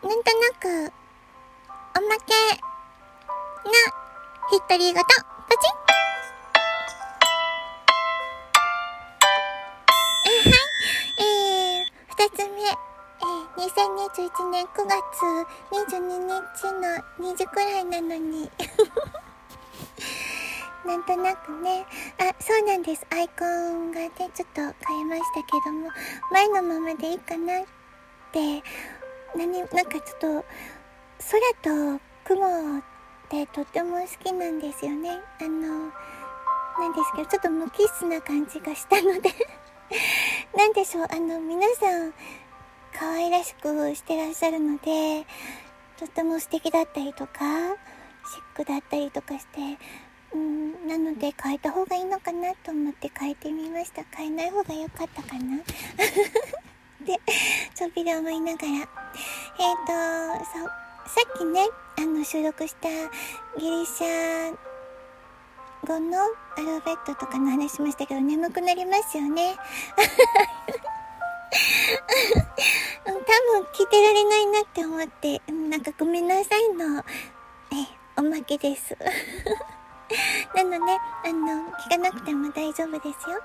なんとなくおまけな独り言ポチッ。2つ目、2021年9月22日の2時くらいなのになんとなくね、そうなんです。アイコンがねちょっと変えましたけども、前のままでいいかなって、なんかちょっと空と雲ってとっても好きなんですよね。なんですけどちょっと無機質な感じがしたのでなんでしょう、皆さん可愛らしくしてらっしゃるので、とっても素敵だったりとかシックだったりとかして、なので変えた方がいいのかなと思って変えてみました。変えない方が良かったかなでちょびで思いながら、そうさっきね収録したギリシャ語のアルファベットとかの話しましたけど、眠くなりますよね多分聞いてられないなって思って、なんかごめんなさいのおまけですなので聞かなくても大丈夫ですよ。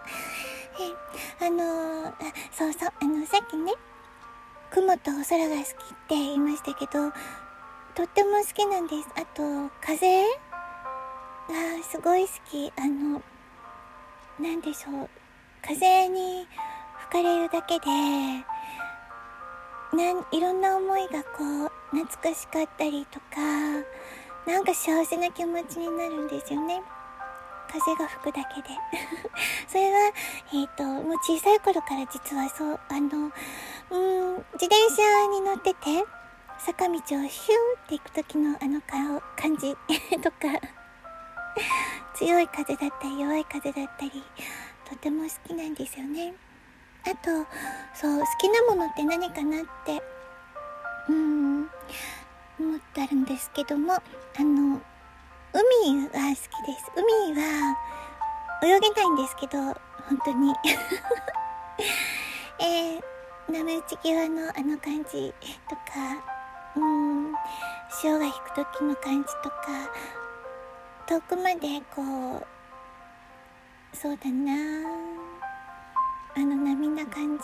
そうさっきね雲と空が好きって言いましたけど、とっても好きなんです。あと風がすごい好き。なんでしょう、風に吹かれるだけでいろんな思いがこう懐かしかったりとか、なんか幸せな気持ちになるんですよね、風が吹くだけでそれはもう小さい頃から実はそう、自転車に乗ってて坂道をヒューって行く時の感じとか強い風だったり弱い風だったりとても好きなんですよね。あとそう、好きなものって何かなって思ってあるんですけども、海が好きです。海は泳げないんですけど本当に波打ち際の感じとか、潮が引く時の感じとか、遠くまでこう、そうだな、波な感じ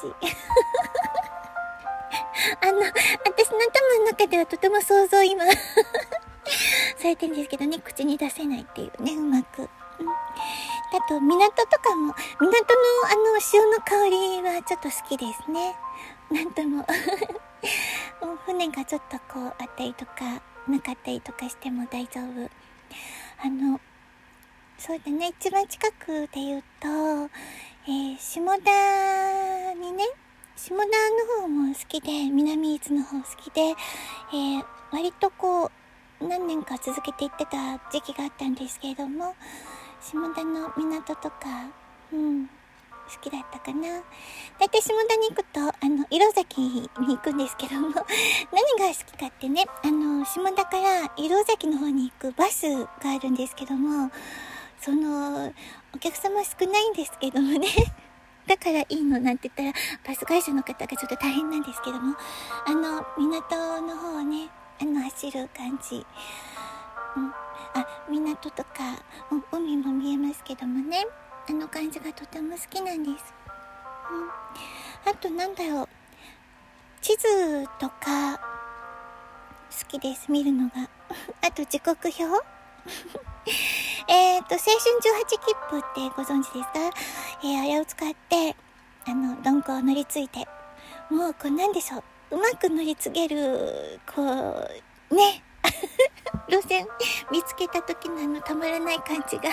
私の頭の中ではとても想像今されてるんですけどね、口に出せないっていうね、うまく。あと港とかも、港の潮の香りはちょっと好きですね。なんとも船がちょっとこうあったりとかなかったりとかしても大丈夫。そうだね、一番近くで言うと、下田にね、下田の方も好きで、南伊豆の方好きで、割とこう何年か続けていってた時期があったんですけれども、下田の港とか好きだったかな。だいたい下田に行くと色崎に行くんですけども何が好きかってね、下田から色崎の方に行くバスがあるんですけども、そのお客様少ないんですけどもねだからいいのなんて言ったらバス会社の方がちょっと大変なんですけども、港の方をね走る感じ、港とか海も見えますけどもね、感じがとても好きなんです。あとなんだろう、地図とか好きです、見るのがあと時刻表青春18切符ってご存知ですか？あれを使って鈍行を乗り継いで、もうこうなんでしょう、うまく乗り継げるこうね路線見つけた時のたまらない感じがちょ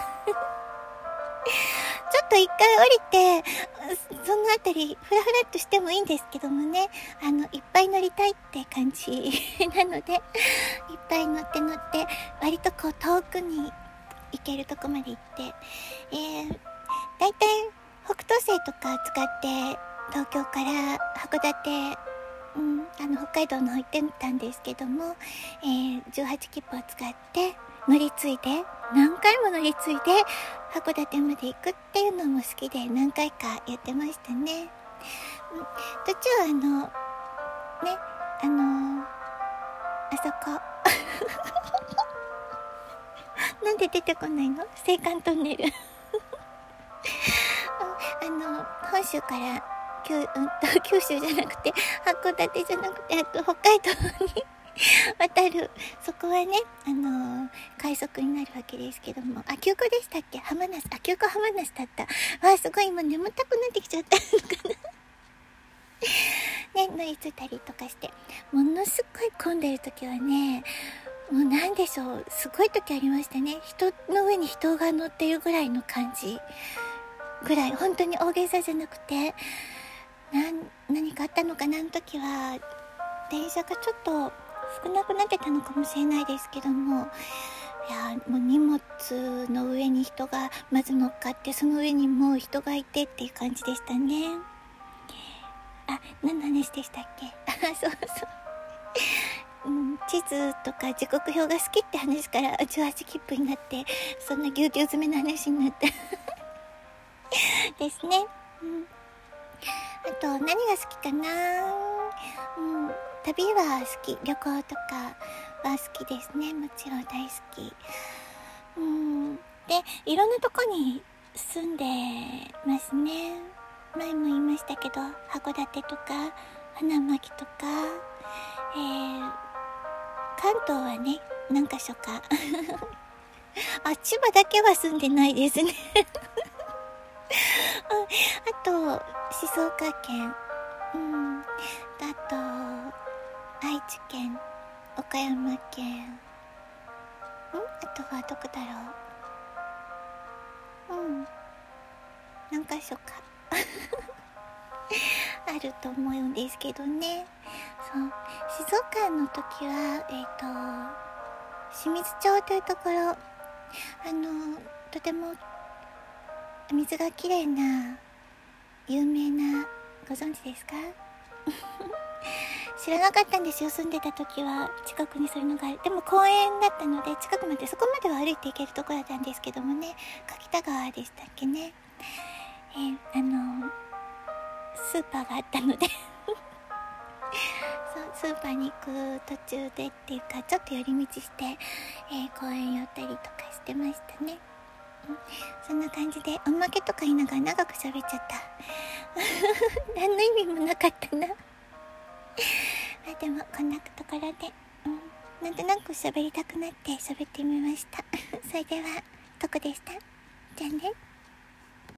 っと一回降りてそのあたりフラフラっとしてもいいんですけどもね、いっぱい乗りたいって感じなのでいっぱい乗って割とこう遠くに行けるとこまで行って、だいたい北東星とか使って東京から函館、北海道の方行ってたんですけども、18切符を使って乗り継いで何回も乗り継いで函館まで行くっていうのも好きで何回かやってましたね。途中そこなんで出てこないの？青函トンネル本州から九州じゃなくて函館じゃなくて北海道に渡る、そこはね快速になるわけですけども、急行でしたっけ？浜那須、急行浜那須だった。すごい今眠たくなってきちゃったのかなね、乗り継いだりとかして、ものすごい混んでる時はね、もうなんでしょう、すごい時ありましたね。人の上に人が乗ってるぐらいの感じぐらい、本当に大げさじゃなくて、何かあったのかな、あの時は電車がちょっと少なくなってたのかもしれないですけども、いやもう荷物の上に人がまず乗っかって、その上にもう人がいてっていう感じでしたね。何の話でしたっけ？そうそう地図とか時刻表が好きって話から18切符になって、そんなぎゅうぎゅう詰めの話になったですね。あと何が好きかな。旅は好き、旅行とかは好きですね。もちろん大好き。で、いろんなとこに住んでますね。前も言いましたけど、函館とか花巻とか、関東はね何か所か千葉だけは住んでないですねあと静岡県、あと愛知県、岡山県、あとはどこだろう。何か所かあると思うんですけどね。そう、静岡の時は清水町というところ、とても水がきれいな有名な、ご存知ですか？知らなかったんですよ、住んでた時は。近くにそういうのがある。でも公園だったので近くまで、そこまでは歩いて行けるところだったんですけどもね、柿田川でしたっけね。スーパーがあったのでそう、スーパーに行く途中でっていうか、ちょっと寄り道して、公園寄ったりとかしてましたね。そんな感じでおまけとか言いながら長く喋っちゃった何の意味もなかったなでもこんなところで、なんとなく喋りたくなって喋ってみましたそれでは、とこでした。じゃあね。